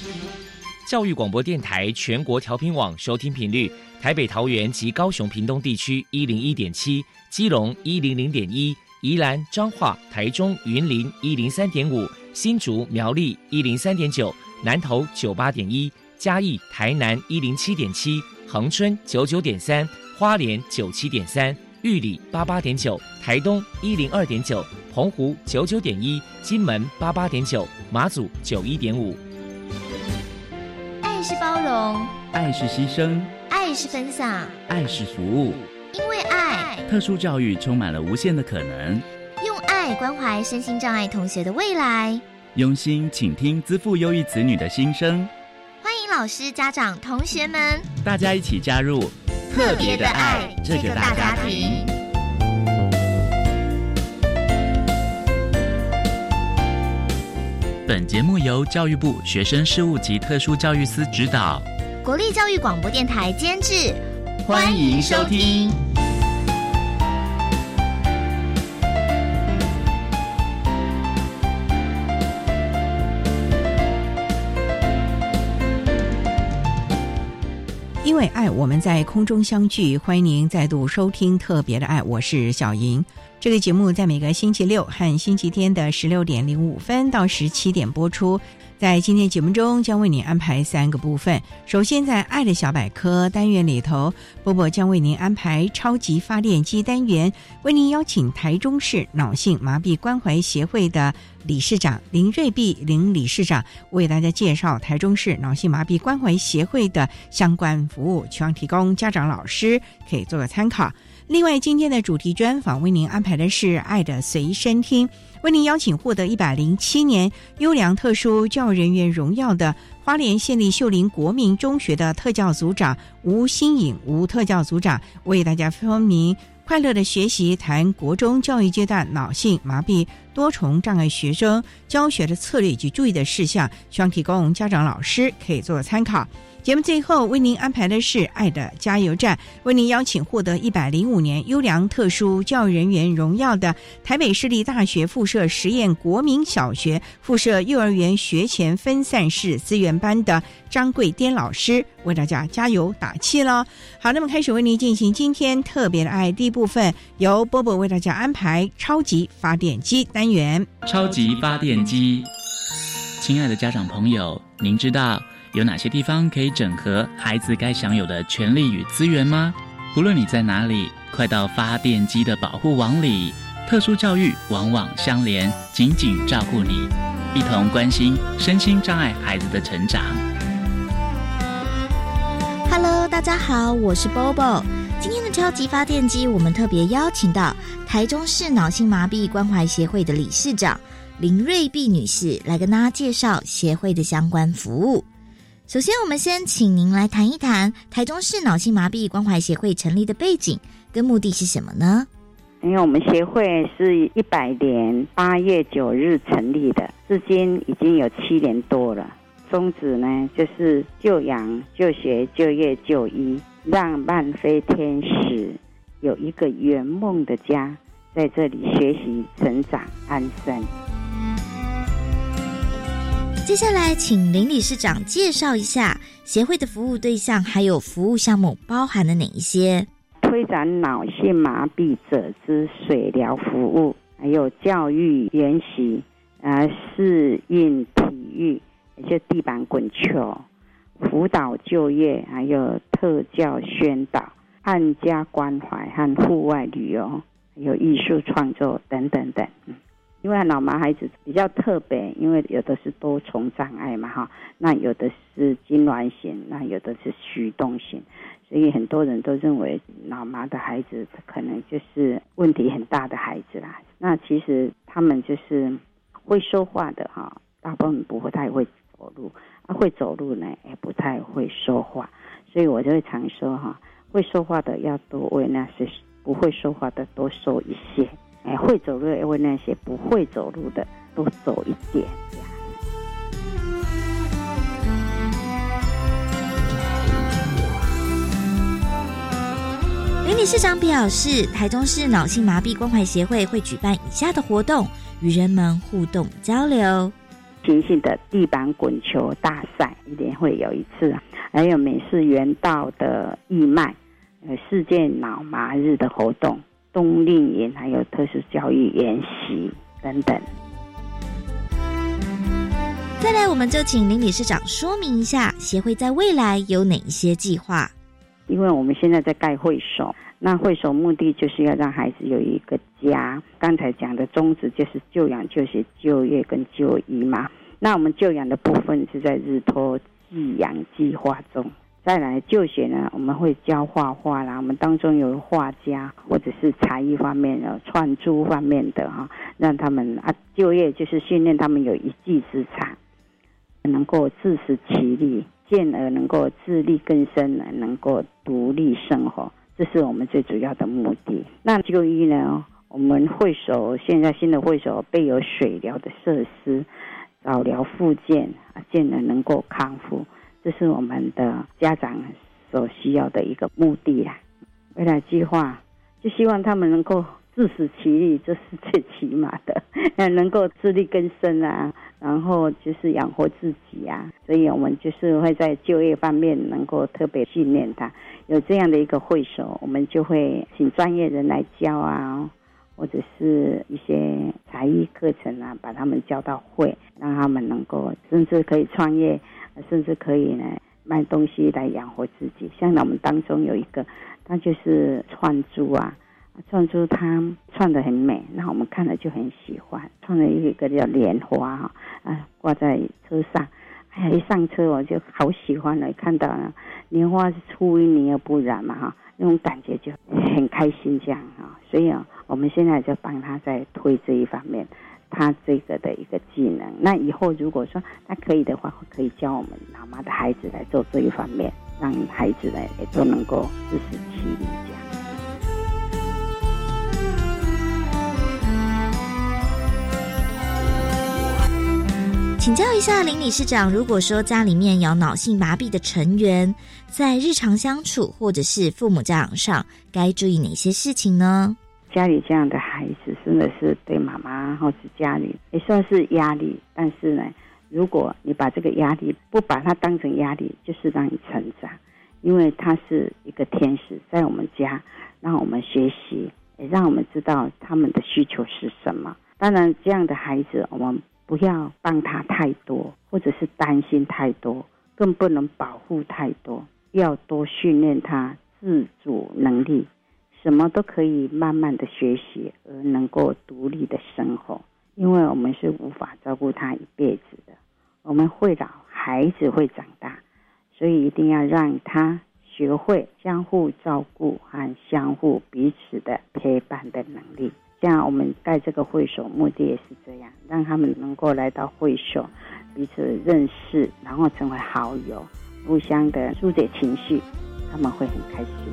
教育广播电台全国调频网收听频率：台北、桃园及高雄屏东地区101.7，基隆100.1，宜兰、彰化、台中、云林103.5，新竹、苗栗103.9，南投98.1，嘉义、台南107.7，恒春99.3，花莲97.3，玉里88.9，台东102.9，澎湖99.1，金门88.9，马祖91.5。 爱是包容， 爱是牺牲， 爱是分享， 爱是服务。 因为爱， 特殊教育充满了无限的可能。 用爱关怀身心障碍同学的未来， 用心倾听资赋优异子女的心声。 欢迎老师、家长、同学们， 大家一起加入特别的爱这个大家庭。本节目由教育部学生事务及特殊教育司指导， 国立教育广播电台监制。 欢迎收听。 因为爱，我们在空中相聚，欢迎您再度收听特别的爱，我是小莹。这个节目在每个星期六和星期天的16点05分到17点播出。在今天节目中将为您安排3个部分。首先在爱的小百科单元里头，波波将为您安排超级发电机单元，为您邀请台中市脑性麻痹关怀协会的理事长林瑞碧林理事长为大家介绍台中市脑性麻痹关怀协会的相关服务，希望提供家长老师可以做个参考。另外，今天的主题专访为您安排的是爱的随身听，为您邀请获得107年优良特殊教育人员荣耀的花莲县立秀林国民中学的特教组长吴新颖吴特教组长，为大家说明快乐的学习，谈国中教育阶段脑性麻痹多重障碍学生教学的策略以及注意的事项，希望提供家长老师可以做参考。节目最后为您安排的是爱的加油站，为您邀请获得105年优良特殊教育人员荣耀的台北市立大学附设实验国民小学附设幼儿园学前分散式资源班的张桂颠老师，为大家加油打气了。好，那么开始为您进行今天特别的爱第一部分，由波波为大家安排超级发电机单元。 超级发电机，亲爱的家长朋友，您知道有哪些地方可以整合孩子该享有的权利与资源吗？无论你在哪里，快到发电机的保护网里，特殊教育网网相连，紧紧照顾你，一同关心身心障碍孩子的成长。 Hello， 大家好，我是 Bobo。今天的超级发电机，我们特别邀请到台中市脑性麻痹关怀协会的理事长林瑞碧女士来跟大家介绍协会的相关服务。首先，我们先请您来谈一谈台中市脑性麻痹关怀协会成立的背景跟目的是什么呢？ 因为我们协会是100年8月9日成立的，至今已经有7年多了。宗旨呢，就是就养、就学、就业、就医，让漫飞天使有一个圆梦的家，在这里学习、成长、安身。 接下来请林理事长介绍一下协会的服务对象还有服务项目包含了哪一些。 推展脑性麻痹者之水疗服务，还有教育研习、适应体育，也就地板滚球、辅导就业，还有特教宣导、案家关怀和户外旅游，还有艺术创作等等等。因为脑麻孩子比较特别，因为有的是多重障碍嘛哈，那有的是痉挛型，那有的是虚动型，所以很多人都认为脑麻的孩子可能就是问题很大的孩子啦。那其实他们就是会说话的哈，大部分不太会走路，会走路呢也不太会说话，所以我就会常说哈，会说话的要多为那些不会说话的多说一些。会走路要为那些不会走路的多走一点。 林理事长表示，台中市脑性麻痹关怀协会会举办以下的活动，与人们互动交流。 情性的地板滚球大赛，1年会有一次，还有美式园道的义卖，世界脑麻日的活动，冬令营，还有特殊教育研习等等。 再来，我们就请林理事长说明一下协会在未来有哪一些计划。 因为我们现在在盖会所，那会所目的就是要让孩子有一个家，刚才讲的宗旨就是就养、就学、就业跟就医嘛。那我们就养的部分是在日托寄养计划中，再来就学呢，我们会教画画啦，我们当中有画家或者是才艺方面的、串珠方面的让他们就业就是训练他们有一技之长，能够自食其力，进而能够自力更生，能够独立生活，这是我们最主要的目的。那就医呢，我们会所现在新的会所备有水疗的设施，早疗复健，进而能够康复，这是我们的家长所需要的一个目的啦。未来计划就希望他们能够自食其力，这是最起码的，能够自力更生啊，然后就是养活自己啊，所以我们就是会在就业方面能够特别训练他。有这样的一个会所，我们就会请专业人来教啊，或者是一些才艺课程啊，把他们教到会，让他们能够甚至可以创业，甚至可以呢卖东西来养活自己。像我们当中有一个，他就是串珠啊，串珠它串得很美，那我们看了就很喜欢，串了一个叫莲花挂在车上，一上车我就好喜欢了，看到了莲花是出淤泥而不染嘛那种感觉就很开心这样所以我们现在就帮他在推这一方面，他这个的一个技能。那以后如果说他可以的话，可以教我们脑麻的孩子来做这一方面，让孩子呢也都能够自食其力这样。 请教一下林理事长，如果说家里面有脑性麻痹的成员，在日常相处或者是父母教养上，该注意哪些事情呢？ 家里这样的孩子真的是对妈妈或是家里也算是压力，但是呢，如果你把这个压力不把它当成压力，就是让你成长，因为他是一个天使，在我们家让我们学习，也让我们知道他们的需求是什么。当然这样的孩子我们不要帮他太多，或者是担心太多，更不能保护太多，要多训练他自主能力，什么都可以慢慢的学习，而能够独立的生活。因为我们是无法照顾他一辈子的，我们会老，孩子会长大，所以一定要让他学会相互照顾和相互彼此的陪伴的能力。这样我们盖这个会所目的也是这样，让他们能够来到会所彼此认识，然后成为好友，互相的疏解情绪，他们会很开心。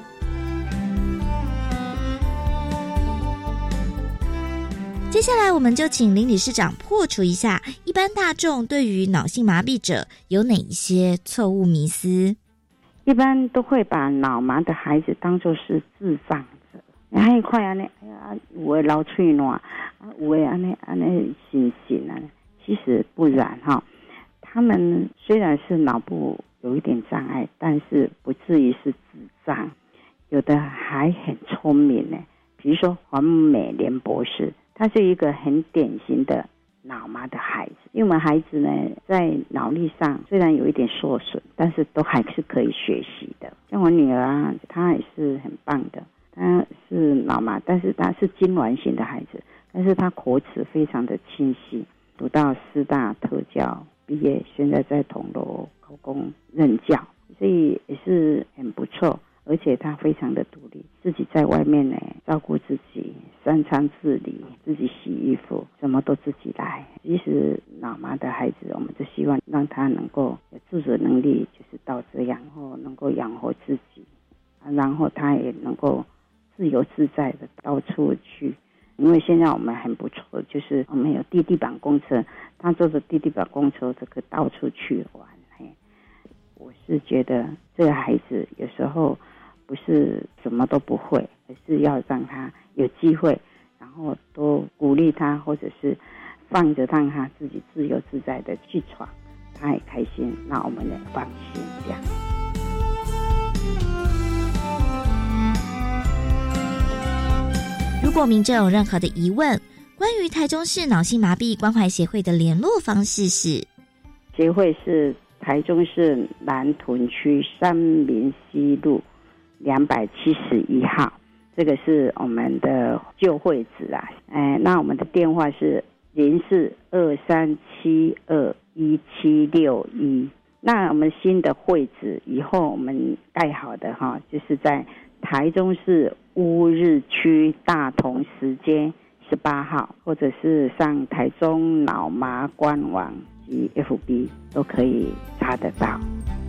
接下来我们就请林理事长破除一下一般大众对于脑性麻痹者有哪一些错误迷思。 一般都会把脑麻的孩子当作是智障者，很快有的流嘴烂，有的安尼醒其实不然他们虽然是脑部有一点障碍，但是不至于是智障，有的还很聪明呢。比如说黄美莲博士，他是一个很典型的脑麻的孩子。因为我们孩子呢在脑力上虽然有一点受损，但是都还是可以学习的。像我女儿她也是很棒的，她是脑麻，但是她是痉挛型的孩子，但是她口齿非常的清晰，读到师大特教毕业，现在在铜锣高工任教，所以也是很不错。而且他非常的独立，自己在外面呢照顾自己，三餐自理，自己洗衣服，什么都自己来。即使脑麻的孩子，我们就希望让他能够有自主能力，就是到这样，然后能够养活自己，然后他也能够自由自在的到处去。因为现在我们很不错，就是我们有地板公车，他坐着地板公车这个到处去玩。我是觉得这个孩子有时候不是什么都不会，而是要让他有机会，然后多鼓励他，或者是放着让他自己自由自在的去闯，他也开心，那我们也放心这样。 如果民众有任何的疑问，关于台中市脑性麻痹关怀协会的联络方式是： 协会是台中市南屯区三民西路271号，这个是我们的旧会址啊。那我们的电话是0423721761。那我们新的会址以后我们盖好的就是在台中市乌日区大同时街18号，或者是上台中脑麻官网及 FB 都可以查得到。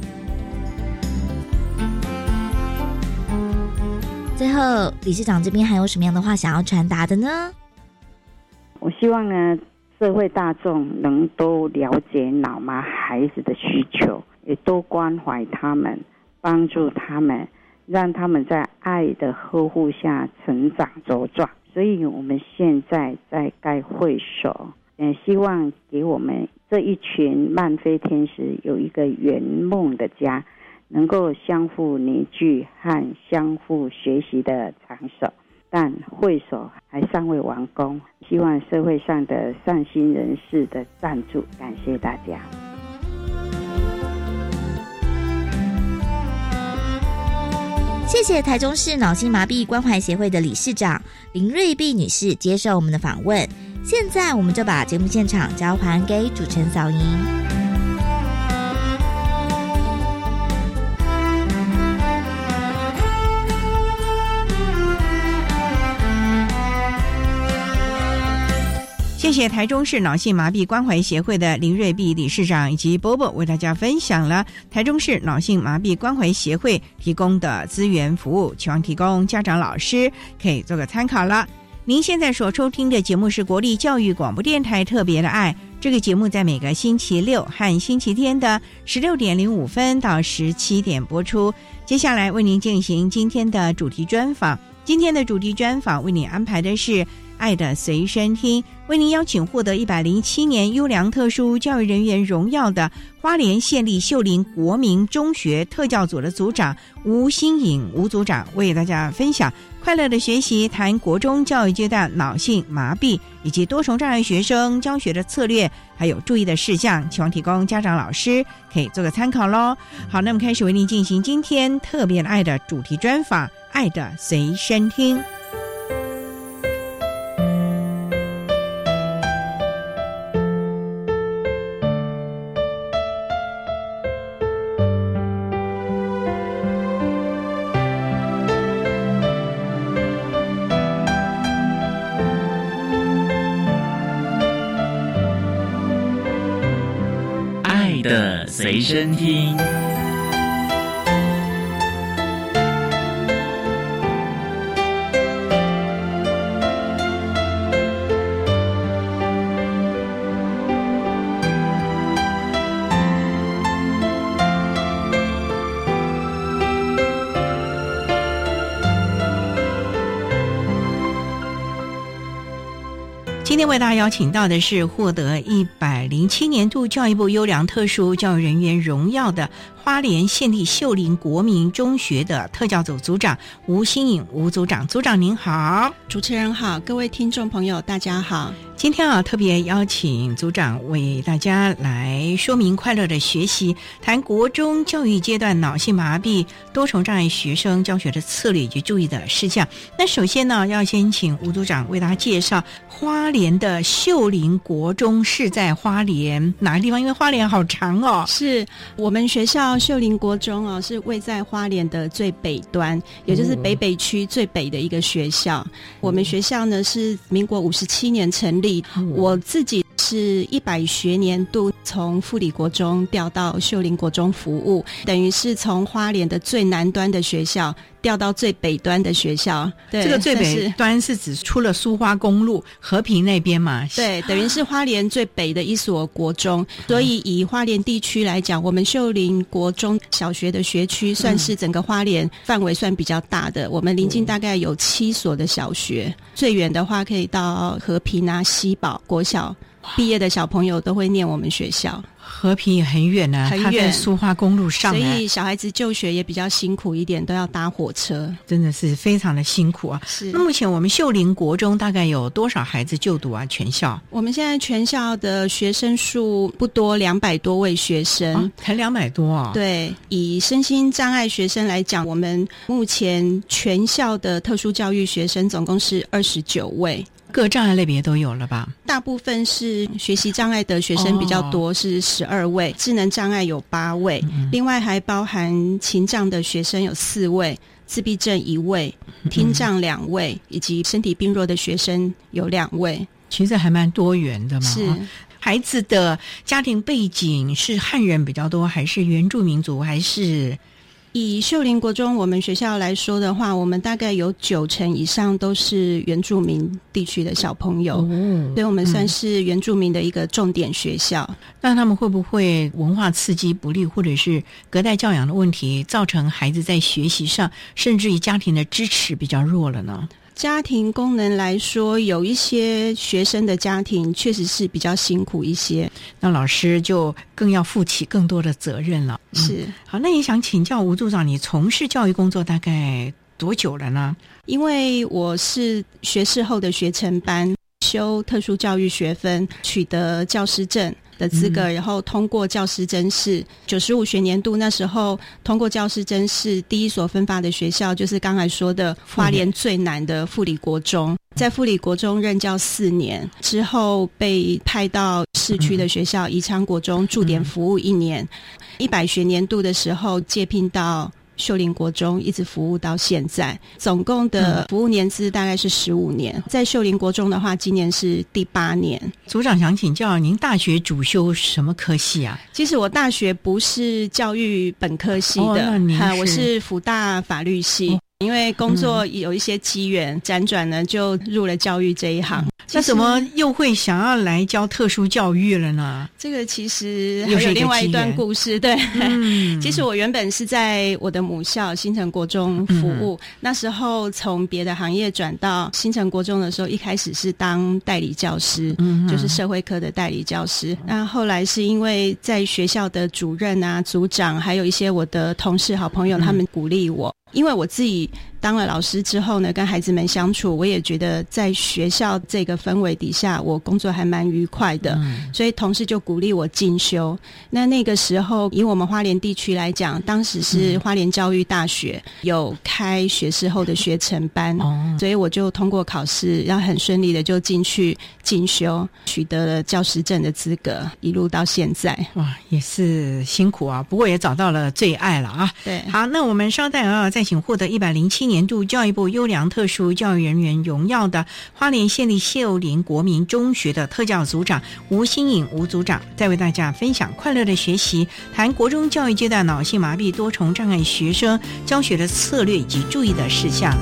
最后，理事长这边还有什么样的话想要传达的呢？ 我希望呢，社会大众能都了解脑麻孩子的需求，也多关怀他们，帮助他们，让他们在爱的呵护下成长茁壮。所以我们现在在盖会所，希望给我们这一群漫飞天使有一个圆梦的家，能够相互凝聚和相互学习的场所。但会所还尚未完工，希望社会上的善心人士的赞助，感谢大家。 谢谢台中市脑性麻痹关怀协会的理事长林瑞碧女士接受我们的访问。现在我们就把节目现场交还给主持人小莹。 谢谢台中市脑性麻痹关怀协会的林瑞碧理事长以及 Bobo 为大家分享了台中市脑性麻痹关怀协会提供的资源服务，希望提供家长老师可以做个参考了。您现在所收听的节目是国立教育广播电台特别的爱，这个节目在每个星期六和星期天的16点05分到17点播出。接下来为您进行今天的主题专访，今天的主题专访为您安排的是爱的随身听，为您邀请获得107年优良特殊教育人员荣耀的花莲县立秀林国民中学特教组的组长吴新颖吴组长，为大家分享快乐的学习，谈国中教育阶段脑性麻痹以及多重障碍学生教学的策略，还有注意的事项，希望提供家长老师可以做个参考咯。好，那么开始为您进行今天特别的爱的主题专访，爱的随身听。 的随身听。今天为大家邀请到的是获得107年度教育部优良特殊教育人员荣耀的花莲县立秀林国民中学的特教组组长吴新颖吴组长。组长您好。 主持人好，各位听众朋友大家好。 今天特别邀请组长为大家来说明快乐的学习，谈国中教育阶段脑性麻痹多重障碍学生教学的策略以及注意的事项。那首先呢，要先请吴组长为大家介绍花莲的秀林国中是在花莲哪个地方？因为花莲好长哦。 是我们学校秀林国中是位在花莲的最北端，也就是北北区最北的一个学校。我们学校呢是民国57年成立，我自己是100学年度从富里国中调到秀林国中服务，等于是从花莲的最南端的学校调到最北端的学校。对， 这个最北端是指出了苏花公路和平那边嘛？ 对，等于是花莲最北的一所国中。所以以花莲地区来讲，我们秀林国中小学的学区算是整个花莲范围算比较大的，我们邻近大概有7所的小学，最远的话可以到和平西堡国小。 毕业的小朋友都会念我们学校。 和平也很远啊， 很远， 他在苏花公路上， 所以小孩子就学也比较辛苦一点，都要搭火车， 真的是非常的辛苦啊。 是。 那目前我们秀林国中大概有多少孩子就读啊？全校？ 我们现在全校的学生数不多，200多位学生， 才200多啊。 对，以身心障碍学生来讲，我们目前全校的特殊教育学生总共是29位。 各障碍类别都有了吧？ 大部分是学习障碍的学生比较多，是12位，智能障碍有8位，另外还包含情障的学生有4位，自闭症1位，听障2位，以及身体病弱的学生有2位。 其实还蛮多元的嘛。 是。 孩子的家庭背景是汉人比较多，还是原住民族，还是？ 以秀林国中我们学校来说的话，我们大概有90%以上都是原住民地区的小朋友，所以我们算是原住民的一个重点学校。 那他们会不会文化刺激不利，或者是隔代教养的问题，造成孩子在学习上，甚至于家庭的支持比较弱了呢？ 家庭功能来说，有一些学生的家庭确实是比较辛苦一些， 那老师就更要负起更多的责任了。 是。 好，那也想请教吴组长，你从事教育工作大概多久了呢？ 因为我是学士后的学程班，修特殊教育学分，取得教师证的资格，然后通过教师甄试。95学年度那时候通过教师甄试，第一所分发的学校就是刚才说的花莲最南的富里国中，在富里国中任教4年之后，被派到市区的学校宜昌国中驻点服务1年。100学年度的时候接聘到秀林国中，一直服务到现在，总共的服务年资大概是15年。在秀林国中的话，今年是第8年。 组长想请教您大学主修什么科系啊？ 其实我大学不是教育本科系的，我是辅大法律系。因为工作有一些机缘辗转呢，就入了教育这一行。 那怎么又会想要来教特殊教育了呢？ 这个其实还有另外一段故事。对，其实我原本是在我的母校新城国中服务，那时候从别的行业转到新城国中的时候，一开始是当代理教师，就是社会科的代理教师。那后来是因为在学校的主任啊、组长，还有一些我的同事、好朋友，他们鼓励我。因为我自己当了老师之后呢，跟孩子们相处，我也觉得在学校这个氛围底下，我工作还蛮愉快的，所以同事就鼓励我进修。那个时候，以我们花莲地区来讲，当时是花莲教育大学有开学士后的学程班，所以我就通过考试，然后很顺利的就进去进修，取得了教师证的资格，一路到现在。 哇，也是辛苦啊，不过也找到了最爱了啊。 对， 好，那我们稍待再请获得107年度教育部优良特殊教育人员荣耀的花莲县立秀林国民中学的特教组长吴新颖吴组长，再为大家分享快乐的学习，谈国中教育阶段脑性麻痹多重障碍学生教学的策略以及注意的事项。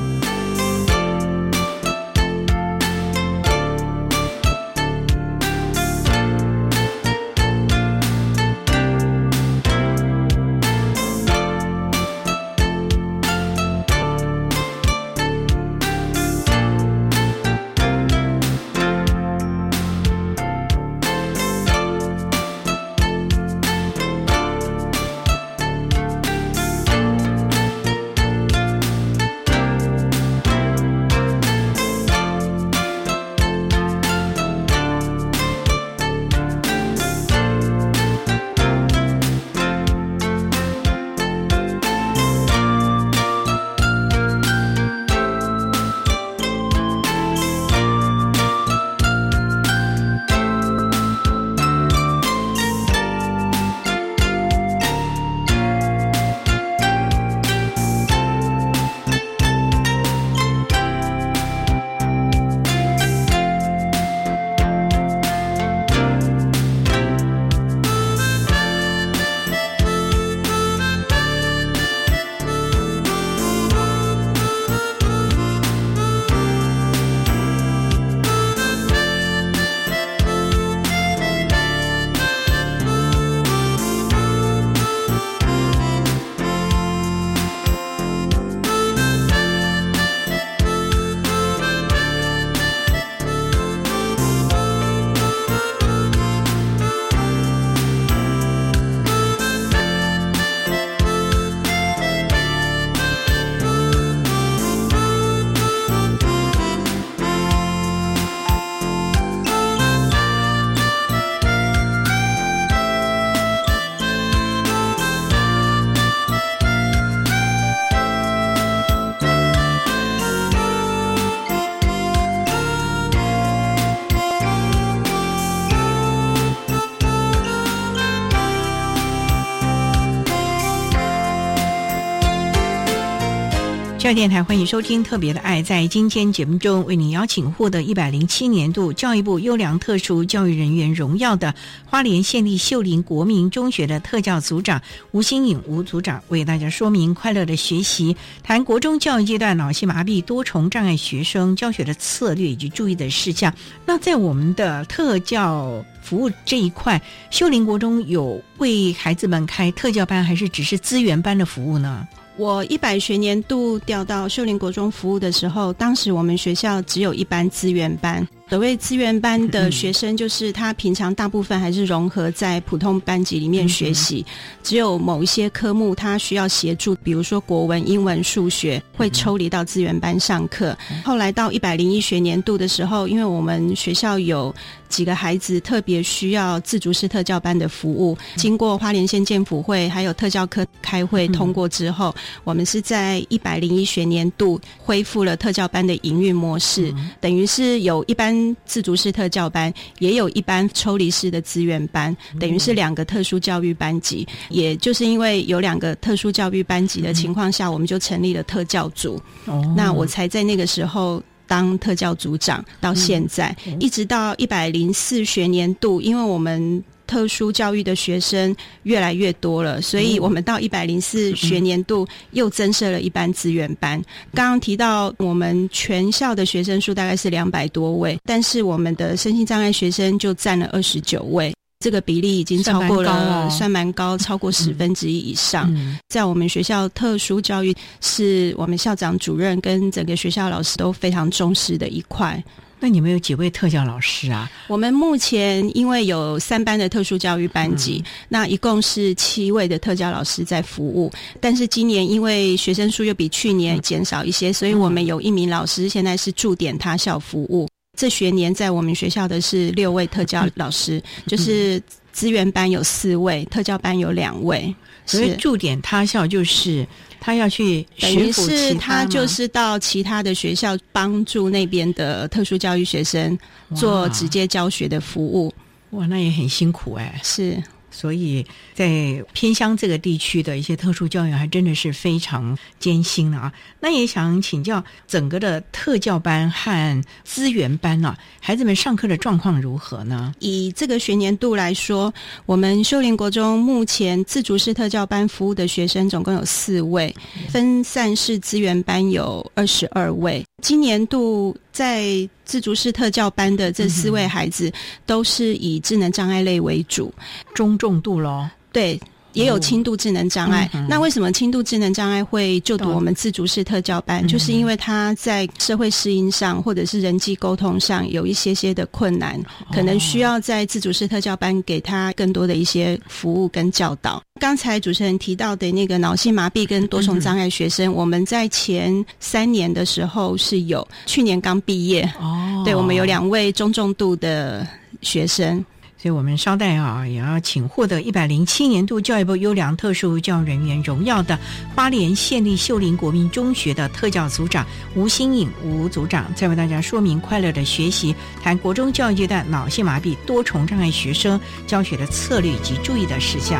教育电台欢迎收听特别的爱，在今天节目中为您邀请获得107年度教育部优良特殊教育人员荣耀的花莲县立秀林国民中学的特教组长吴新颖吴组长，为大家说明快乐的学习，谈国中教育阶段脑性麻痹多重障碍学生教学的策略以及注意的事项。那在我们的特教服务这一块，秀林国中有为孩子们开特教班，还是只是资源班的服务呢？ 我100学年度调到秀林国中服务的时候，当时我们学校只有一班资源班。所谓资源班的学生，就是他平常大部分还是融合在普通班级里面学习，只有某一些科目他需要协助，比如说国文、英文、数学，会抽离到资源班上课。后来到101学年度的时候，因为我们学校有几个孩子特别需要自主式特教班的服务，经过花莲县建辅会还有特教科开会通过之后，我们是在101学年度恢复了特教班的营运模式，等于是有一般自主式特教班，也有一般抽离式的资源班，等于是2个特殊教育班级。也就是因为有2个特殊教育班级的情况下，我们就成立了特教组。那我才在那个时候当特教组长，到现在一直到104学年度，因为我们特殊教育的学生越来越多了，所以我们到104学年度又增设了一班资源班。刚刚提到我们全校的学生数大概是200多位，但是我们的身心障碍学生就占了29位，这个比例已经超过了，算蛮高，超过1/10以上。在我们学校特殊教育是我们校长主任跟整个学校老师都非常重视的一块。 那你们有几位特教老师啊？ 我们目前因为有3班的特殊教育班级，那一共是7位的特教老师在服务，但是今年因为学生数又比去年减少一些，所以我们有1名老师现在是驻点他校服务。这学年在我们学校的是6位特教老师，就是资源班有4位，特教班有2位。 所以驻点他校就是他要去等于是他就是到其他的学校帮助那边的特殊教育学生做直接教学的服务。 哇，那也很辛苦哎。 是。 所以在偏乡这个地区的一些特殊教育还真的是非常艰辛啊。那也想请教整个的特教班和资源班啊，孩子们上课的状况如何呢？ 以这个学年度来说，我们秀林国中目前自主式特教班服务的学生总共有4位，分散式资源班有22位。今年度在自主式特教班的这4位孩子都是以智能障碍类为主， 中重度咯。 对，也有轻度智能障碍。那为什么轻度智能障碍会就读我们自主式特教班？就是因为他在社会适应上或者是人际沟通上有一些的困难，可能需要在自主式特教班给他更多的一些服务跟教导。刚才主持人提到的那个脑性麻痹跟多重障碍学生，我们在前3年的时候是有，去年刚毕业。对，我们有2位中重度的学生。 所以我们稍待啊，也要请获得107年度教育部优良特殊教育人员荣耀的花莲县立秀林国民中学的特教组长吴新颖吴组长，再为大家说明快乐的学习，谈国中教育阶段脑性麻痹多重障碍学生教学的策略以及注意的事项。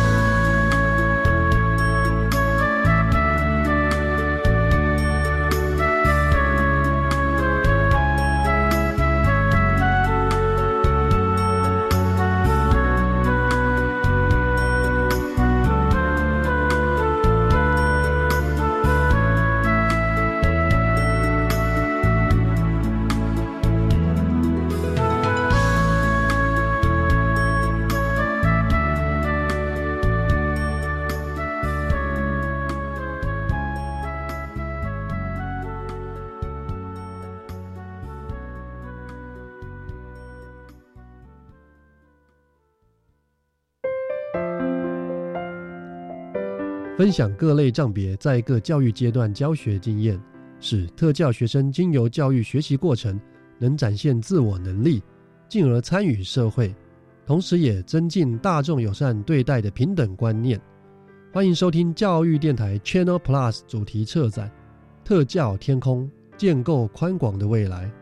分享各类障别在各教育阶段教学经验，使特教学生经由教育学习过程能展现自我能力，进而参与社会，同时也增进大众友善对待的平等观念。欢迎收听教育电台 Channel Plus 主题策展特教天空，建构宽广的未来。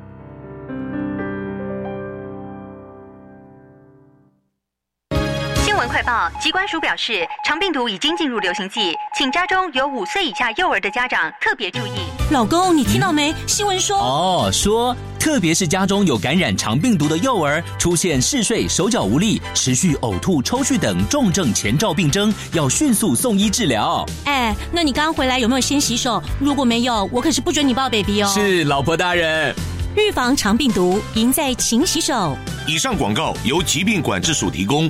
秀闻快报，疾管署表示，肠病毒已经进入流行季，请家中有5岁以下幼儿的家长特别注意。 老公，你听到没？新闻说说特别是家中有感染肠病毒的幼儿，出现嗜睡、手脚无力、持续呕吐、抽搐等重症前兆病征，要迅速送医治疗。 那你刚回来有没有先洗手？如果没有，我可是不准你抱 baby 哦。 是，老婆大人。 预防肠病毒，赢在勤洗手。 以上广告由疾病管制署提供。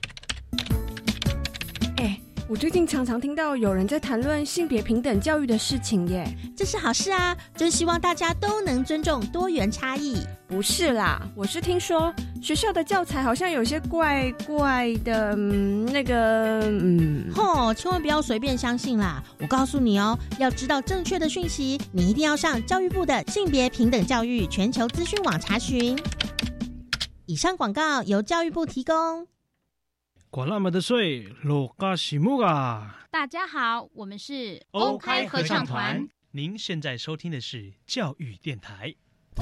我最近常常听到有人在谈论性别平等教育的事情耶， 这是好事啊！真希望大家都能尊重多元差异。 不是啦，我是听说学校的教材好像有些怪怪的， 千万不要随便相信啦！我告诉你哦，要知道正确的讯息，你一定要上教育部的性别平等教育全球资讯网查询。以上广告由教育部提供。 管那么的水，落嘎西木啊！ 大家好，我们是欧开合唱团。 您现在收听的是教育电台。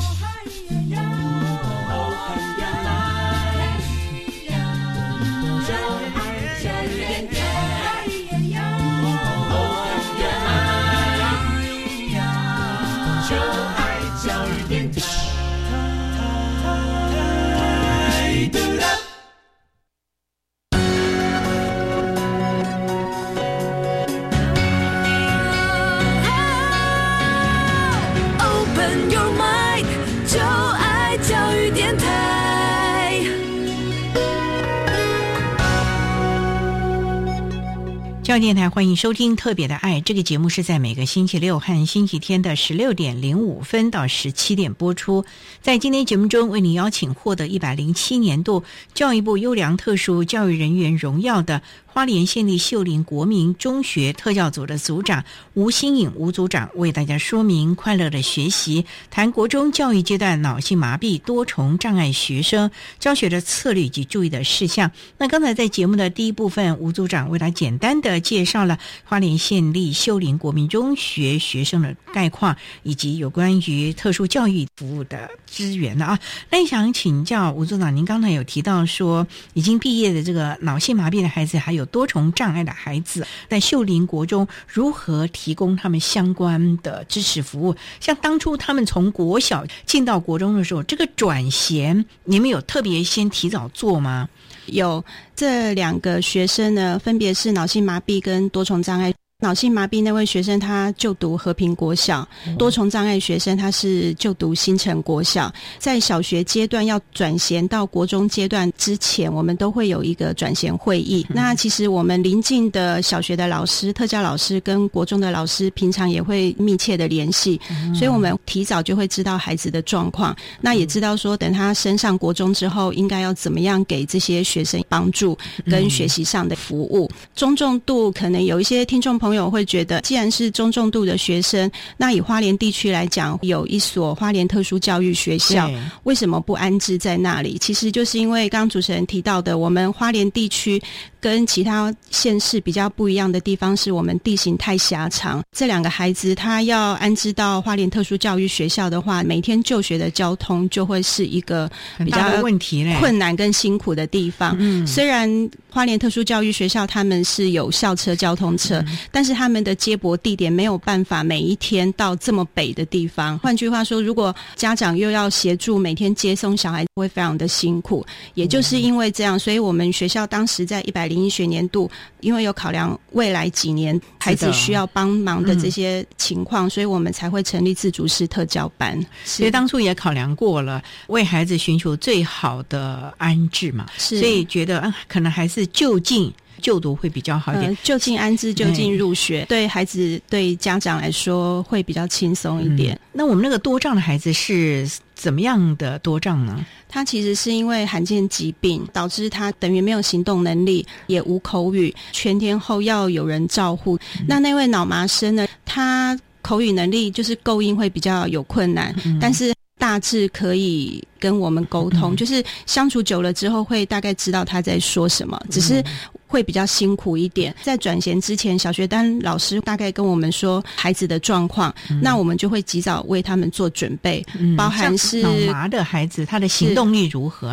教育电台欢迎收听特别的爱，这个节目是在每个星期六和星期天的16点05分到17点播出。在今天节目中，为您邀请获得107年度教育部优良特殊教育人员荣耀的花莲县立秀林国民中学特教组的组长吴新颖吴组长，为大家说明快乐的学习，谈国中教育阶段脑性麻痹多重障碍学生教学的策略以及注意的事项。那刚才在节目的第一部分，吴组长为他简单的介绍了花莲县立秀林国民中学学生的概况，以及有关于特殊教育服务的资源啊。那想请教吴组长，您刚才有提到说，已经毕业的这个脑性麻痹的孩子，还有多重障碍的孩子，在秀林国中如何提供他们相关的支持服务？像当初他们从国小进到国中的时候，这个转衔你们有特别先提早做吗？ 有，这2个学生呢，分别是脑性麻痹跟多重障碍。脑性麻痹那位学生他就读和平国小，多重障碍学生他是就读新城国小。在小学阶段要转衔到国中阶段之前，我们都会有一个转衔会议。那其实我们邻近的小学的老师、特教老师跟国中的老师平常也会密切的联系，所以我们提早就会知道孩子的状况，那也知道说等他升上国中之后应该要怎么样给这些学生帮助跟学习上的服务。中重度可能有一些听众朋友会觉得，既然是中重度的学生，那以花莲地区来讲，有一所花莲特殊教育学校，为什么不安置在那里？其实就是因为刚刚主持人提到的，我们花莲地区跟其他县市比较不一样的地方是我们地形太狭长，这2个孩子他要安置到花莲特殊教育学校的话，每天就学的交通就会是一个比较问题困难跟辛苦的地方。虽然花莲特殊教育学校他们是有校车交通车，但是他们的接驳地点没有办法每一天到这么北的地方。换句话说，如果家长又要协助每天接送小孩，会非常的辛苦。也就是因为这样，所以我们学校当时在101学年度，因为有考量未来几年孩子需要帮忙的这些情况，所以我们才会成立自主式特教班。 所以当初也考量过了，为孩子寻求最好的安置嘛，所以觉得可能还是就近就读会比较好一点， 就近安置就近入学，对孩子对家长来说会比较轻松一点。 那我们那个多障的孩子是怎么样的多障呢？ 他其实是因为罕见疾病导致他等于没有行动能力，也无口语，全天候要有人照护。那位脑麻生呢，他口语能力就是构音会比较有困难，但是大致可以跟我们沟通，就是相处久了之后会大概知道他在说什么，只是会比较辛苦一点。在转衔之前，小学单老师大概跟我们说孩子的状况，那我们就会及早为他们做准备，包含是脑麻的孩子他的行动力如何啊？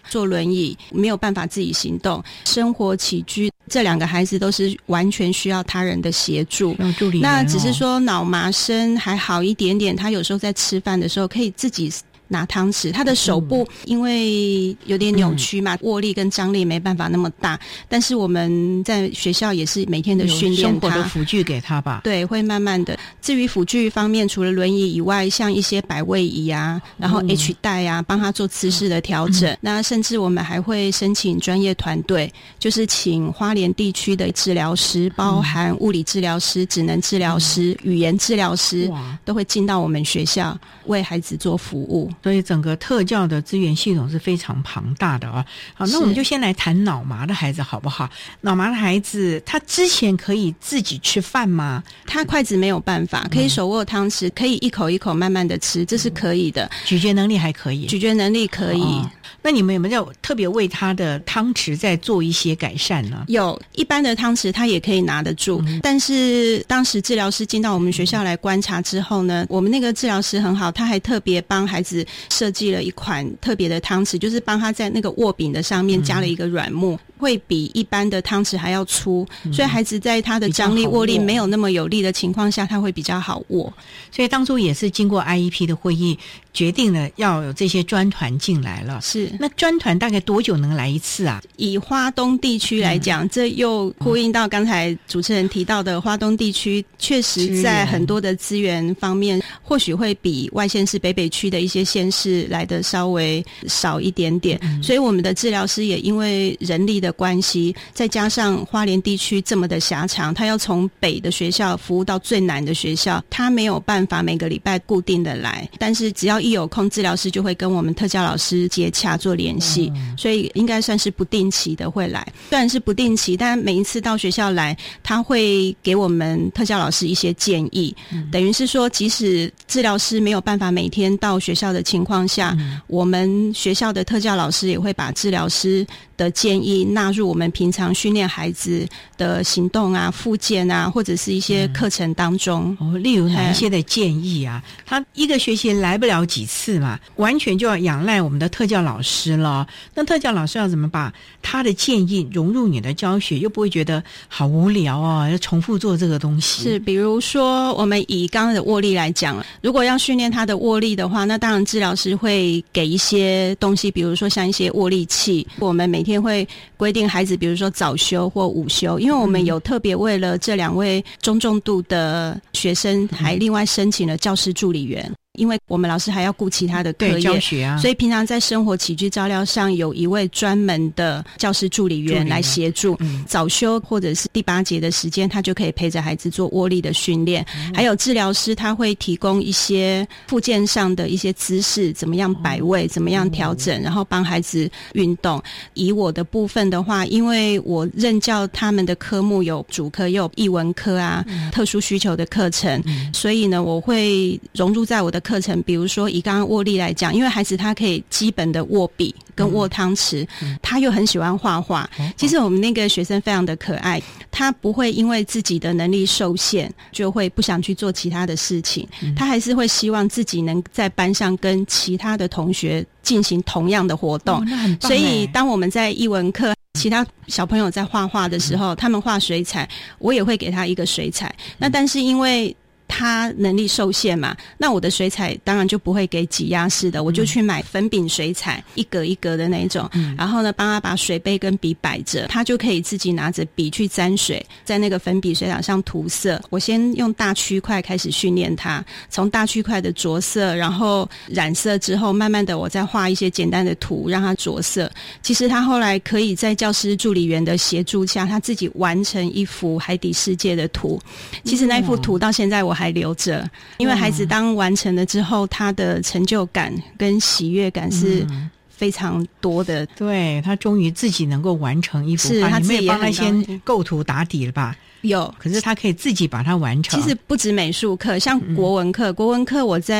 坐轮椅，没有办法自己行动，生活起居这2个孩子都是完全需要他人的协助。那只是说脑麻生还好一点点，他有时候在吃饭的时候可以自己拿汤匙，他的手部因为有点扭曲嘛，握力跟张力没办法那么大，但是我们在学校也是每天的训练他， 生活的辅具给他吧。 对，会慢慢的。至于辅具方面，除了轮椅以外，像一些摆位椅啊，然后 H 带啊，帮他做姿势的调整。那甚至我们还会申请专业团队，就是请花莲地区的治疗师，包含物理治疗师、职能治疗师、语言治疗师，都会进到我们学校为孩子做服务。 所以整个特教的资源系统是非常庞大的啊。好，那我们就先来谈脑麻的孩子好不好？脑麻的孩子他之前可以自己吃饭吗？ 他筷子没有办法，可以手握汤匙，可以一口一口慢慢的吃，这是可以的。 咀嚼能力还可以？咀嚼能力可以。 那你们有没有特别为他的汤匙再做一些改善呢？ 有，一般的汤匙他也可以拿得住，但是当时治疗师进到我们学校来观察之后呢，我们那个治疗师很好，他还特别帮孩子设计了一款特别的汤匙，就是帮他在那个握柄的上面加了一个软木，会比一般的汤匙还要粗，所以孩子在他的张力握力没有那么有力的情况下，他会比较好握。 所以当初也是经过 IEP 的会议决定了要有这些专团进来了。 是， 那专团大概多久能来一次啊？ 以花东地区来讲，这又呼应到刚才主持人提到的，花东地区确实在很多的资源方面或许会比外县市北北区的一些县市来的稍微少一点点，所以我们的治疗师也因为人力的关系，再加上花莲地区这么的狭长，他要从北的学校服务到最南的学校，他没有办法每个礼拜固定的来，但是只要一有空，治疗师就会跟我们特教老师接洽做联系，所以应该算是不定期的会来。虽然是不定期，但每一次到学校来，他会给我们特教老师一些建议，等于是说即使治疗师没有办法每天到学校的情况下，我们学校的特教老师也会把治疗师的建议纳入我们平常训练孩子的行动啊、复健啊，或者是一些课程当中。 例如哪一些的建议啊？他一个学期来不了几次嘛，完全就要仰赖我们的特教老师了。那特教老师要怎么把他的建议融入你的教学，又不会觉得好无聊啊，要重复做这个东西？ 是，比如说我们以刚刚的握力来讲，如果要训练他的握力的话，那当然治疗师会给一些东西，比如说像一些握力器，我们每天会规定孩子比如说早修或午休，因为我们有特别为了这2位中重度的学生还另外申请了教师助理员，因为我们老师还要顾其他的课业教学啊， 所以平常在生活起居照料上有一位专门的教师助理员来协助，早休或者是第8节的时间，他就可以陪着孩子做握力的训练，还有治疗师他会提供一些复健上的一些姿势，怎么样摆位，怎么样调整，然后帮孩子运动。以我的部分的话，因为我任教他们的科目有主科也有艺文科啊，特殊需求的课程，所以呢我会融入在我的课程，比如说以刚刚握力来讲，因为孩子他可以基本的握笔跟握汤匙，他又很喜欢画画。其实我们那个学生非常的可爱，他不会因为自己的能力受限就会不想去做其他的事情，他还是会希望自己能在班上跟其他的同学进行同样的活动。所以当我们在艺文课其他小朋友在画画的时候，他们画水彩，我也会给他一个水彩。那但是因为他能力受限嘛，那我的水彩当然就不会给挤压式的，我就去买粉饼水彩，一格一格的那种，然后呢帮他把水杯跟笔摆着，他就可以自己拿着笔去沾水，在那个粉笔水彩上涂色。我先用大区块开始训练他，从大区块的着色，然后染色之后，慢慢的我再画一些简单的图让他着色。其实他后来可以在教师助理员的协助下，他自己完成一幅海底世界的图。其实那幅图到现在我还留着，因为孩子当完成了之后，他的成就感跟喜悦感是非常多的。 对，他终于自己能够完成一幅画， 他自己也帮他先构图打底了吧？ 有， 可是他可以自己把它完成。 其实不止美术课，像国文课，国文课我在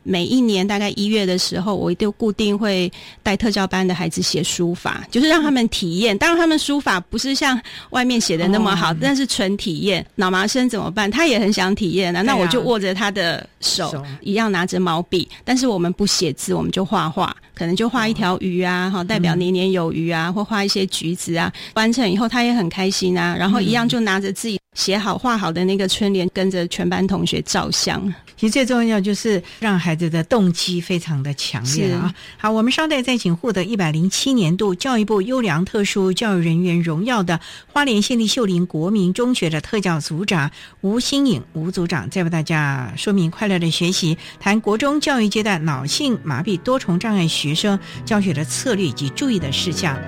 每一年大概1月的时候，我就固定会带特教班的孩子写书法，就是让他们体验。当然他们书法不是像外面写的那么好，但是纯体验。脑麻生怎么办？他也很想体验啊，那我就握着他的手一样拿着毛笔，但是我们不写字，我们就画画，可能就画一条鱼啊，代表年年有余啊，或画一些橘子啊。完成以后他也很开心啊，然后一样就拿着自己写好画好的那个春联，跟着全班同学照相。 其实最重要就是让孩子的动机非常的强烈啊。好，我们稍待再请获得107年度教育部优良特殊教育人员荣耀的花莲县立秀林国民中学的特教组长吴新颖吴组长，再为大家说明快乐的学习，谈国中教育阶段脑性麻痹多重障碍学生教学的策略以及注意的事项。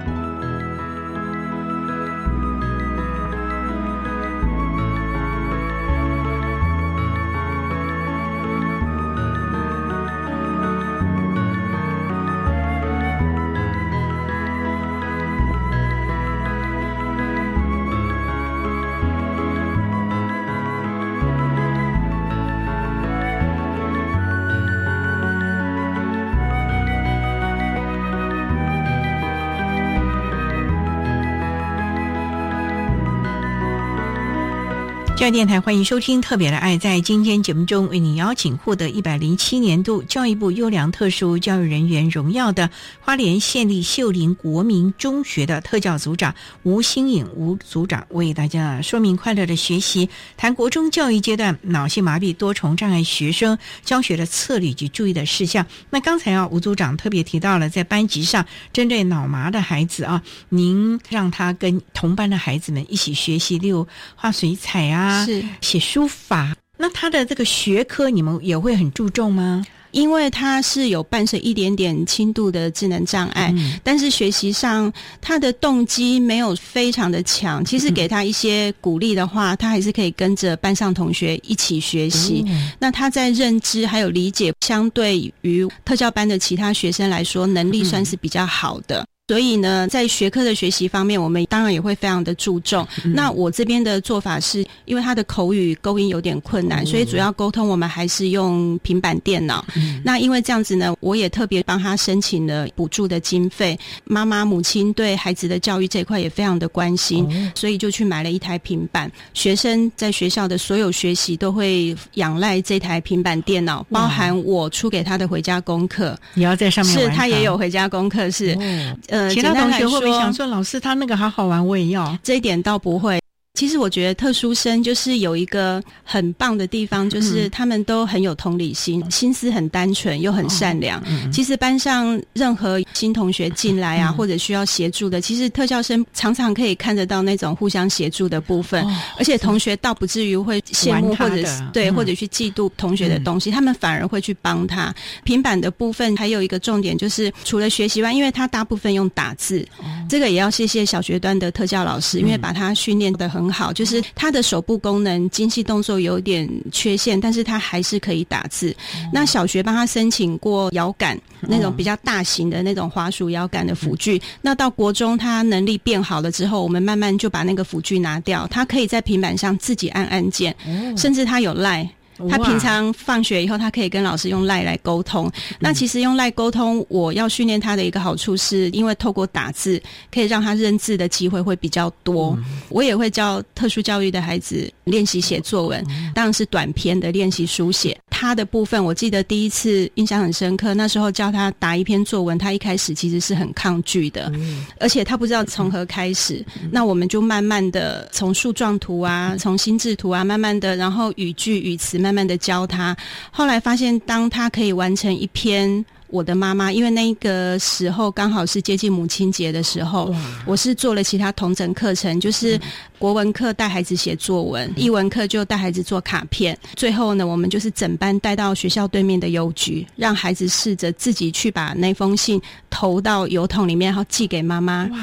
教育电台欢迎收听特别的爱，在今天节目中为你邀请获得107年度教育部优良特殊教育人员荣耀的花莲县立秀林国民中学的特教组长吴新颖吴组长，为大家说明快乐的学习，谈国中教育阶段脑性麻痹多重障碍学生教学的策略及注意的事项。那刚才吴组长特别提到了在班级上针对脑麻的孩子您让他跟同班的孩子们一起学习，例如画水彩啊，是写书法。那他的这个学科你们也会很注重吗？ 因为他是有伴随一点点轻度的智能障碍，但是学习上他的动机没有非常的强，其实给他一些鼓励的话，他还是可以跟着班上同学一起学习。那他在认知还有理解相对于特教班的其他学生来说，能力算是比较好的。所以呢，在学科的学习方面，我们当然也会非常的注重。那我这边的做法是，因为他的口语勾音有点困难，所以主要沟通我们还是用平板电脑。那因为这样子呢，我也特别帮他申请了补助的经费。妈妈母亲对孩子的教育这一块也非常的关心，所以就去买了一台平板。学生在学校的所有学习都会仰赖这台平板电脑，包含我出给他的回家功课， 也要在上面玩。 是，他也有回家功课，是。 其他同学会不会想说，老师他那个好好玩，我也要？ 这一点倒不会。其实我觉得特殊生就是有一个很棒的地方，就是他们都很有同理心，心思很单纯又很善良。其实班上任何新同学进来啊，或者需要协助的，其实特教生常常可以看得到那种互相协助的部分，而且同学倒不至于会羡慕或者对或者去嫉妒同学的东西，他们反而会去帮他。平板的部分还有一个重点就是，除了学习外，因为他大部分用打字，这个也要谢谢小学端的特教老师，因为把他训练得很好，就是他的手部功能精细动作有点缺陷，但是他还是可以打字。那小学帮他申请过摇杆，那种比较大型的那种滑鼠摇杆的辅具，那到国中他能力变好了之后，我们慢慢就把那个辅具拿掉，他可以在平板上自己按按键，甚至他有LINE。他平常放学以后，他可以跟老师用LINE来沟通。那其实用LINE沟通，我要训练他的一个好处是，因为透过打字，可以让他认字的机会会比较多。我也会教特殊教育的孩子练习写作文，当然是短篇的练习书写。他的部分，我记得第一次印象很深刻，那时候教他答一篇作文，他一开始其实是很抗拒的，而且他不知道从何开始。那我们就慢慢的从树状图啊，从心智图啊，慢慢的，然后语句语词慢慢的教他。后来发现，当他可以完成一篇我的妈妈，因为那个时候刚好是接近母亲节的时候，我是做了其他统整课程，就是国文课带孩子写作文，艺文课就带孩子做卡片，最后呢，我们就是整班带到学校对面的邮局，让孩子试着自己去把那封信投到邮筒里面，然后寄给妈妈。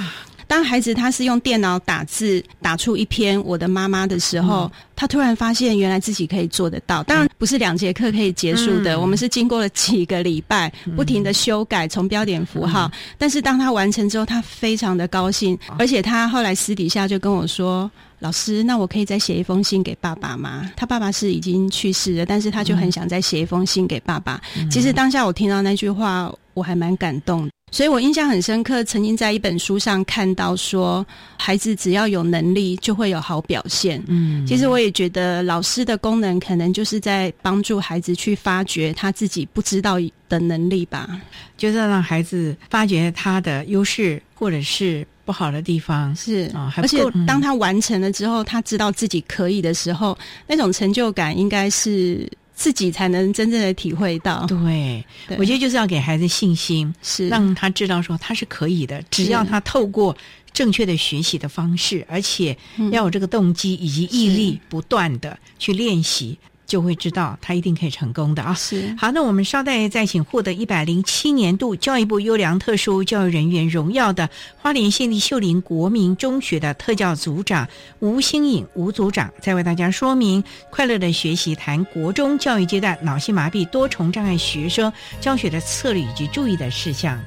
当孩子他是用电脑打字打出一篇我的妈妈的时候，他突然发现原来自己可以做得到。当然不是2节课可以结束的，我们是经过了几个礼拜不停的修改，从标点符号，但是当他完成之后，他非常的高兴，而且他后来私底下就跟我说，老师，那我可以再写一封信给爸爸吗？他爸爸是已经去世了，但是他就很想再写一封信给爸爸。其实当下我听到那句话，我还蛮感动的。所以我印象很深刻，曾经在一本书上看到说，孩子只要有能力就会有好表现。其实我也觉得老师的功能可能就是在帮助孩子去发掘他自己不知道的能力吧， 就是让孩子发掘他的优势或者是不好的地方。 是而且当他完成了之后，他知道自己可以的时候，那种成就感应该是自己才能真正的体会到。 对，我觉得就是要给孩子信心，是让他知道说他是可以的，只要他透过正确的学习的方式，而且要有这个动机以及毅力，不断的去练习，就会知道他一定可以成功的啊！是好，那我们稍待再请获得107年度教育部优良特殊教育人员荣耀的花莲县立秀林国民中学的特教组长吴新颖吴组长，再为大家说明快乐的学习，谈国中教育阶段脑性麻痹多重障碍学生教学的策略以及注意的事项。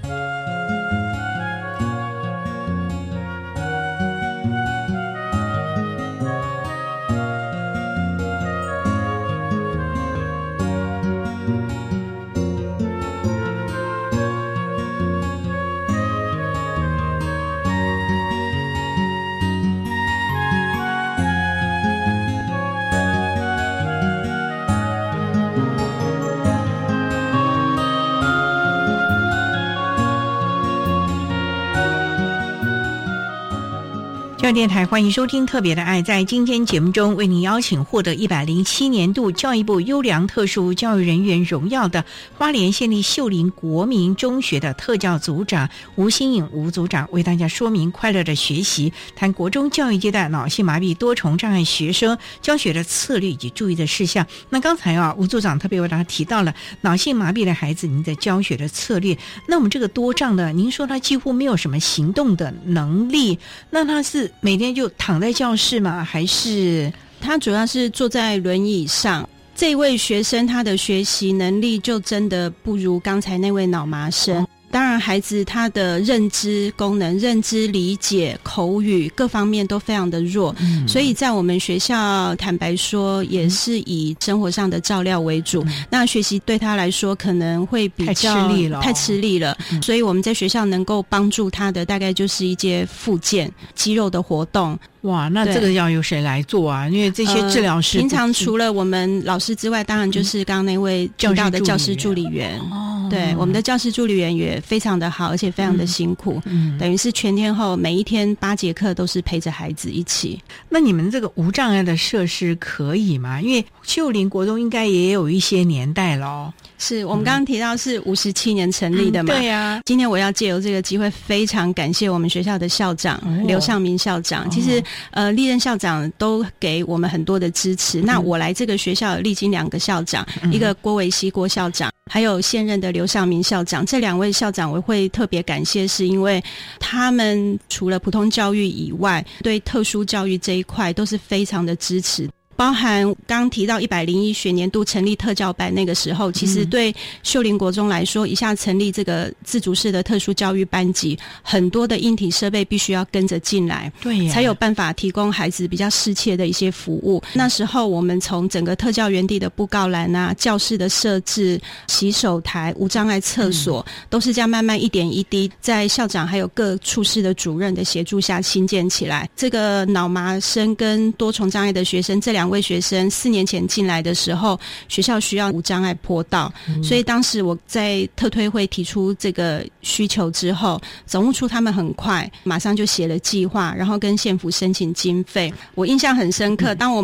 电台欢迎收听特别的爱，在今天节目中为您邀请获得107年度教育部优良特殊教育人员荣耀的花莲县立秀林国民中学的特教组长吴新颖吴组长，为大家说明快乐的学习，谈国中教育阶段脑性麻痹多重障碍学生教学的策略以及注意的事项。那刚才吴组长特别为大家提到了脑性麻痹的孩子您的教学的策略，那我们这个多障的，您说他几乎没有什么行动的能力，那他是每天就躺在教室吗？还是他主要是坐在轮椅上？这位学生他的学习能力就真的不如刚才那位脑麻生。当然孩子他的认知功能、认知理解、口语各方面都非常的弱，所以在我们学校坦白说也是以生活上的照料为主，那学习对他来说可能会比较太吃力了，所以我们在学校能够帮助他的大概就是一些复健肌肉的活动。 哇，那这个要由谁来做啊？因为这些治疗师平常除了我们老师之外，当然就是刚刚那位提到的教师助理员。对，我们的教师助理员也非常的好，而且非常的辛苦，等于是全天候每一天8节课都是陪着孩子一起。 那你们这个无障碍的设施可以吗？因为秀林国中应该也有一些年代了。 是我们刚刚提到是57年成立的嘛？ 对啊。 今天我要借由这个机会，非常感谢我们学校的校长刘尚明校长。其实历任校长都给我们很多的支持。那我来这个学校历经2个校长，一个郭维熙郭校长，还有现任的刘尚明校长。这2位校长我会特别感谢，是因为他们除了普通教育以外，对特殊教育这一块都是非常的支持。包含刚提到101学年度成立特教班，那个时候其实对秀林国中来说，一下成立这个自主式的特殊教育班级，很多的硬体设备必须要跟着进来，对，才有办法提供孩子比较适切的一些服务。那时候我们从整个特教园地的布告栏啊、教室的设置、洗手台、无障碍厕所，都是这样慢慢一点一滴，在校长还有各处室的主任的协助下新建起来。这个脑麻生跟多重障碍的学生，这2位学生4年前进来的时候，学校需要无障碍坡道，所以当时我在特推会提出这个需求之后，总务处他们很快马上就写了计划，然后跟县府申请经费。我印象很深刻，当我们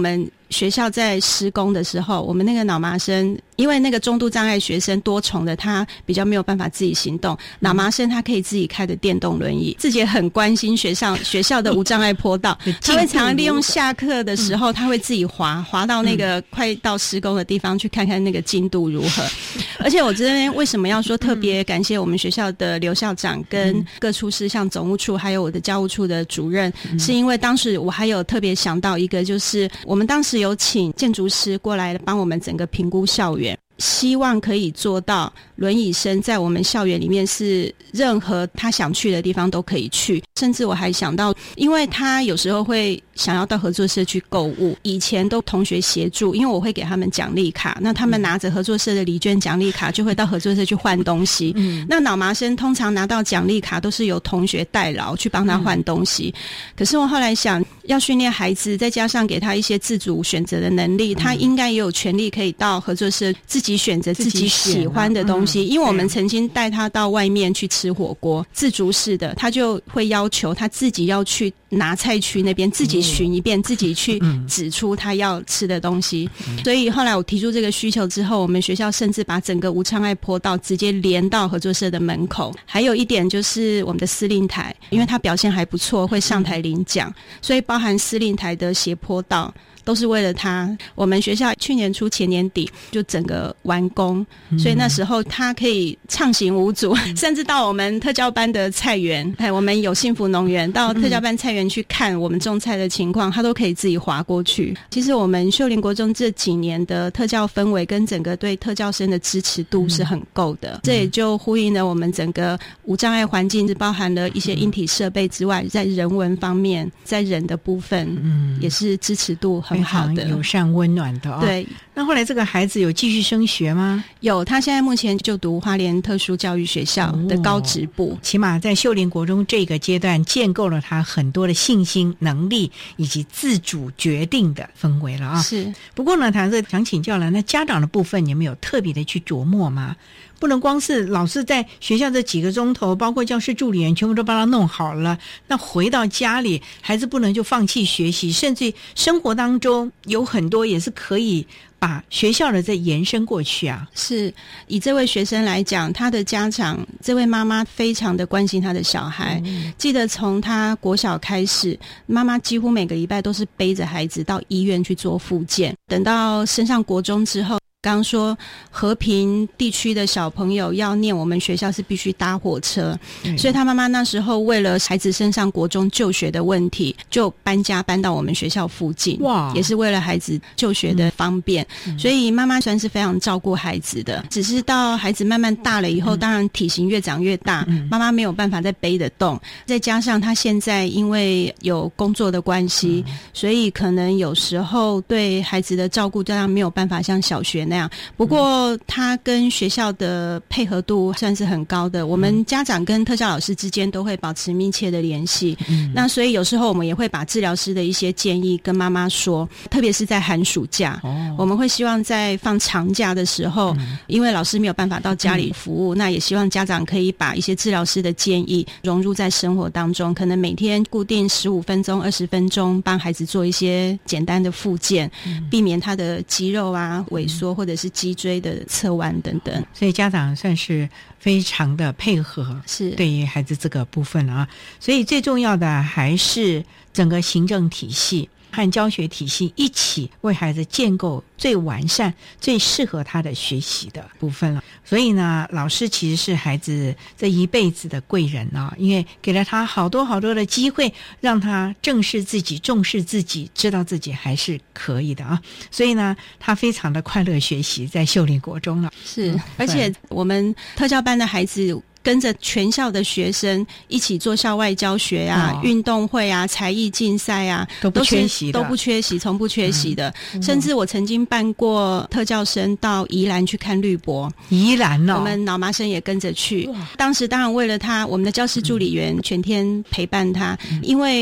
学校在施工的时候，我们那个脑麻生，因为那个中度障碍学生多重的，他比较没有办法自己行动，脑麻生他可以自己开的电动轮椅，自己也很关心学校的无障碍坡道，他会常常利用下课的时候，他会自己滑到那个快到施工的地方去看看那个进度如何。而且我这边为什么要说特别感谢我们学校的刘校长跟各处室，像总务处还有我的教务处的主任，是因为当时我还有特别想到一个，就是我们当时有请建筑师过来帮我们整个评估校园，希望可以做到轮椅生在我们校园里面是任何他想去的地方都可以去，甚至我还想到，因为他有时候会想要到合作社去购物，以前都同学协助，因为我会给他们奖励卡，那他们拿着合作社的礼券奖励卡就会到合作社去换东西。那脑麻生通常拿到奖励卡都是由同学代劳去帮他换东西，可是我后来想要训练孩子，再加上给他一些自主选择的能力，他应该也有权利可以到合作社自己选择自己喜欢的东西。因为我们曾经带他到外面去吃火锅，自助式的，他就会要求他自己要去拿菜区那边自己寻一遍，自己去指出他要吃的东西。所以后来我提出这个需求之后，我们学校甚至把整个无障碍坡道直接连到合作社的门口。还有一点就是我们的司令台，因为他表现还不错，会上台领奖，所以包含司令台的斜坡道都是为了他。我们学校去年初前年底就整个完工，所以那时候他可以畅行无阻，甚至到我们特教班的菜园，我们有幸福农园，到特教班菜园去看我们种菜的情况，他都可以自己滑过去。其实我们秀林国中这几年的特教氛围跟整个对特教生的支持度是很够的，这也就呼应了我们整个无障碍环境是包含了一些硬体设备之外，在人文方面，在人的部分也是支持度很好的， 友善温暖的。 对。 那后来这个孩子有继续升学吗？ 有，他现在目前就读花莲特殊教育学校的高职部， 起码在秀林国中这个阶段建构了他很多的信心、能力以及自主决定的氛围了啊。 是。 不过呢，谈这想请教了，那家长的部分你们有特别的去琢磨吗？不能光是老师在学校这几个钟头，包括教师助理员全部都帮他弄好了，那回到家里孩子不能就放弃学习，甚至生活当中有很多也是可以把学校的再延伸过去啊。 是，以这位学生来讲，他的家长这位妈妈非常的关心他的小孩，记得从他国小开始，妈妈几乎每个礼拜都是背着孩子到医院去做复健，等到升上国中之后，刚刚说和平地区的小朋友要念我们学校是必须搭火车，所以他妈妈那时候为了孩子升上国中就学的问题，就搬家搬到我们学校附近，也是为了孩子就学的方便，所以妈妈算是非常照顾孩子的。只是到孩子慢慢大了以后，当然体型越长越大，妈妈没有办法再背得动，再加上他现在因为有工作的关系，所以可能有时候对孩子的照顾当然没有办法像小学那样，不过他跟学校的配合度算是很高的，我们家长跟特教老师之间都会保持密切的联系，那所以有时候我们也会把治疗师的一些建议跟妈妈说，特别是在寒暑假，我们会希望在放长假的时候，因为老师没有办法到家里服务，那也希望家长可以把一些治疗师的建议融入在生活当中，可能每天固定15分钟20分钟帮孩子做一些简单的复健，避免他的肌肉啊萎缩或者是脊椎的侧弯等等。 所以家长算是非常的配合，是对于孩子这个部分啊。所以最重要的还是整个行政体系和教学体系一起为孩子建构最完善、最适合他的学习的部分了。所以呢，老师其实是孩子这一辈子的贵人啊，因为给了他好多好多的机会，让他正视自己、重视自己，知道自己还是可以的啊。所以呢，他非常的快乐学习，在秀林国中了。 是，而且我们特教班的孩子跟着全校的学生一起做校外教学啊、运动会啊、才艺竞赛啊， 都不缺席的， 都不缺席，从不缺席的。甚至我曾经办过特教生到宜兰去看绿博， 宜兰哦， 我们脑麻生也跟着去。当时当然为了他，我们的教师助理员全天陪伴他，因为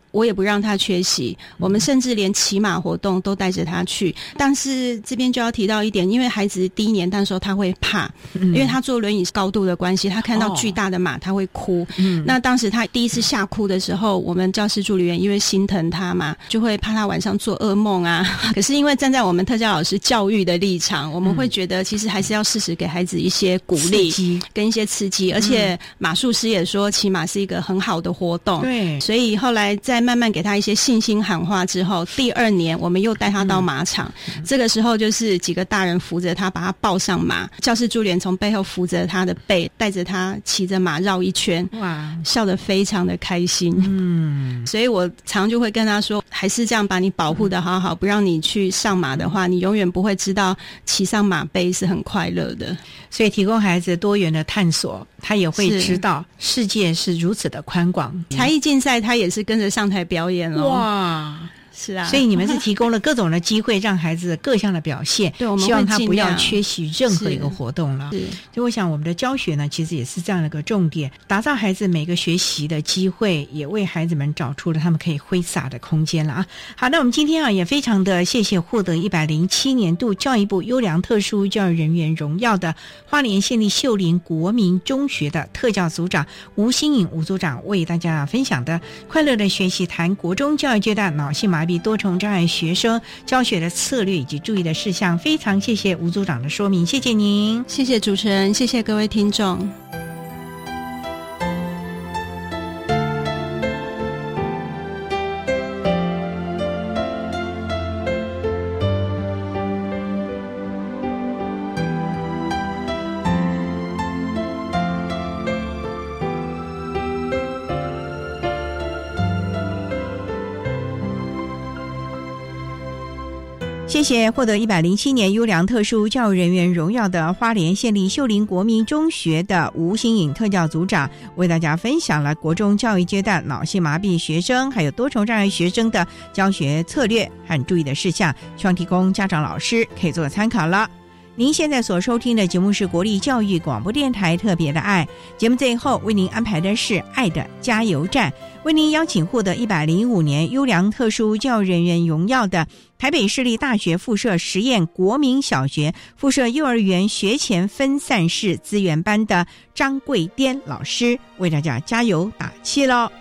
我也不让他缺席，我们甚至连骑马活动都带着他去。但是这边就要提到一点，因为孩子第一年那时候他会怕，因为他坐轮椅高度的关系，他看到巨大的马他会哭。那当时他第一次吓哭的时候，我们教师助理员因为心疼他嘛，就会怕他晚上做噩梦啊。可是因为站在我们特教老师教育的立场，我们会觉得其实还是要适时给孩子一些鼓励跟一些刺激，而且马术师也说骑马是一个很好的活动。对，所以后来在慢慢给他一些信心喊话之后，第2年我们又带他到马场，这个时候就是几个大人扶着他把他抱上马，教师助理员从背后扶着他的背，带着他骑着马绕一圈，哇，笑得非常的开心。所以我常就会跟他说，还是这样把你保护的好好，不让你去上马的话，你永远不会知道骑上马背是很快乐的。 所以提供孩子多元的探索，他也会知道世界是如此的宽广。 才艺竞赛他也是跟着上台表演了。 哇， 是啊， 所以你们是提供了各种的机会让孩子各项的表现。对，我们希望他不要缺席任何一个活动了。所以我想我们的教学呢，其实也是这样的一个重点，打造孩子每个学习的机会，也为孩子们找出了他们可以挥洒的空间了啊。好，那我们今天也非常的谢谢获得107年度教育部优良特殊教育人员荣耀的花莲县立秀林国民中学的特教组长吴新颖吴组长为大家分享的快乐的学习谈国中教育阶段脑性麻痹多重障碍学生教学的策略以及注意的事项。非常谢谢吴组长的说明，谢谢您。 谢谢主持人，谢谢各位听众。 谢谢获得107年优良特殊教育人员荣耀的花莲县立秀林国民中学的吴新颖特教组长，为大家分享了国中教育阶段脑性麻痹学生还有多重障碍学生的教学策略和注意的事项，希望提供家长老师可以做参考了。您现在所收听的节目是国立教育广播电台特别的爱节目，最后为您安排的是爱的加油站，为您邀请获得105年优良特殊教育人员荣耀的台北市立大学附设实验国民小学附设幼儿园学前分散式资源班的张桂颠老师为大家加油打气咯。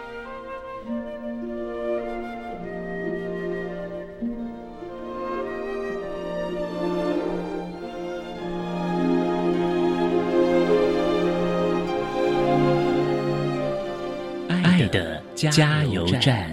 爱的加油站。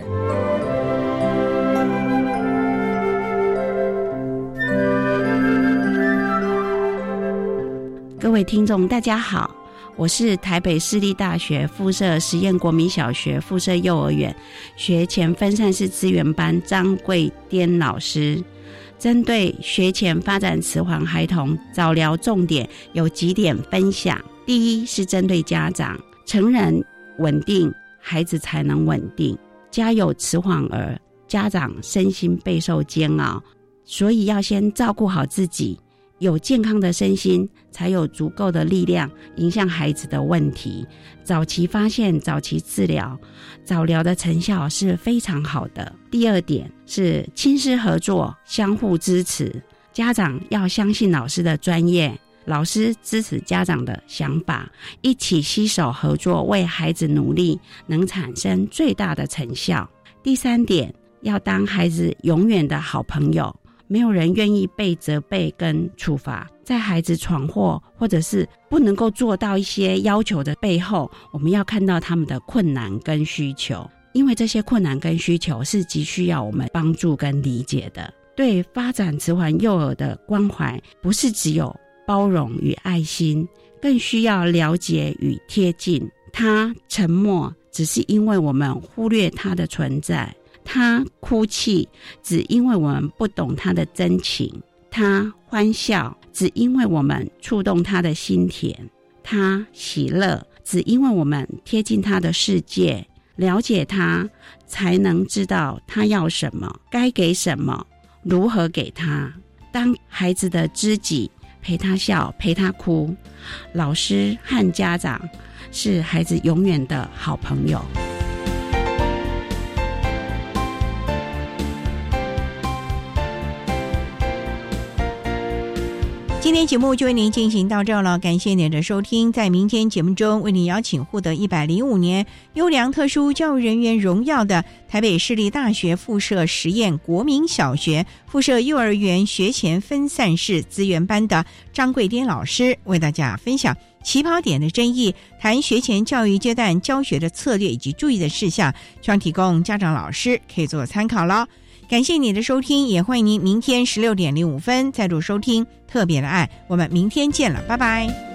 各位听众大家好，我是台北市立大学附设实验国民小学附设幼儿园学前分散式资源班张桂颠老师。针对学前发展迟缓孩童早疗重点有几点分享。第一是针对家长，成人稳定，孩子才能稳定。家有迟缓儿，家长身心备受煎熬，所以要先照顾好自己，有健康的身心，才有足够的力量影响孩子的问题。早期发现，早期治疗，早疗的成效是非常好的。第二点是亲师合作，相互支持。家长要相信老师的专业，老师支持家长的想法，一起携手合作，为孩子努力，能产生最大的成效。第三点，要当孩子永远的好朋友。没有人愿意被责备跟处罚，在孩子闯祸或者是不能够做到一些要求的背后，我们要看到他们的困难跟需求，因为这些困难跟需求是急需要我们帮助跟理解的。对发展迟缓幼儿的关怀，不是只有包容与爱心，更需要了解与贴近。他沉默，只是因为我们忽略他的存在。他哭泣，只因为我们不懂他的真情；他欢笑，只因为我们触动他的心田；他喜乐，只因为我们贴近他的世界，了解他，才能知道他要什么，该给什么，如何给他。当孩子的知己，陪他笑，陪他哭。老师和家长是孩子永远的好朋友。 今天节目就为您进行到这了，感谢您的收听。在明天节目中，为您邀请获得105年优良特殊教育人员荣耀的台北市立大学附设实验国民小学附设幼儿园学前分散式资源班的张桂颠老师，为大家分享起跑点的争议，谈学前教育阶段教学的策略以及注意的事项，希望提供家长老师可以做参考了。感谢你的收听，也欢迎您明天16:05再度收听特别的爱，我们明天见了，拜拜。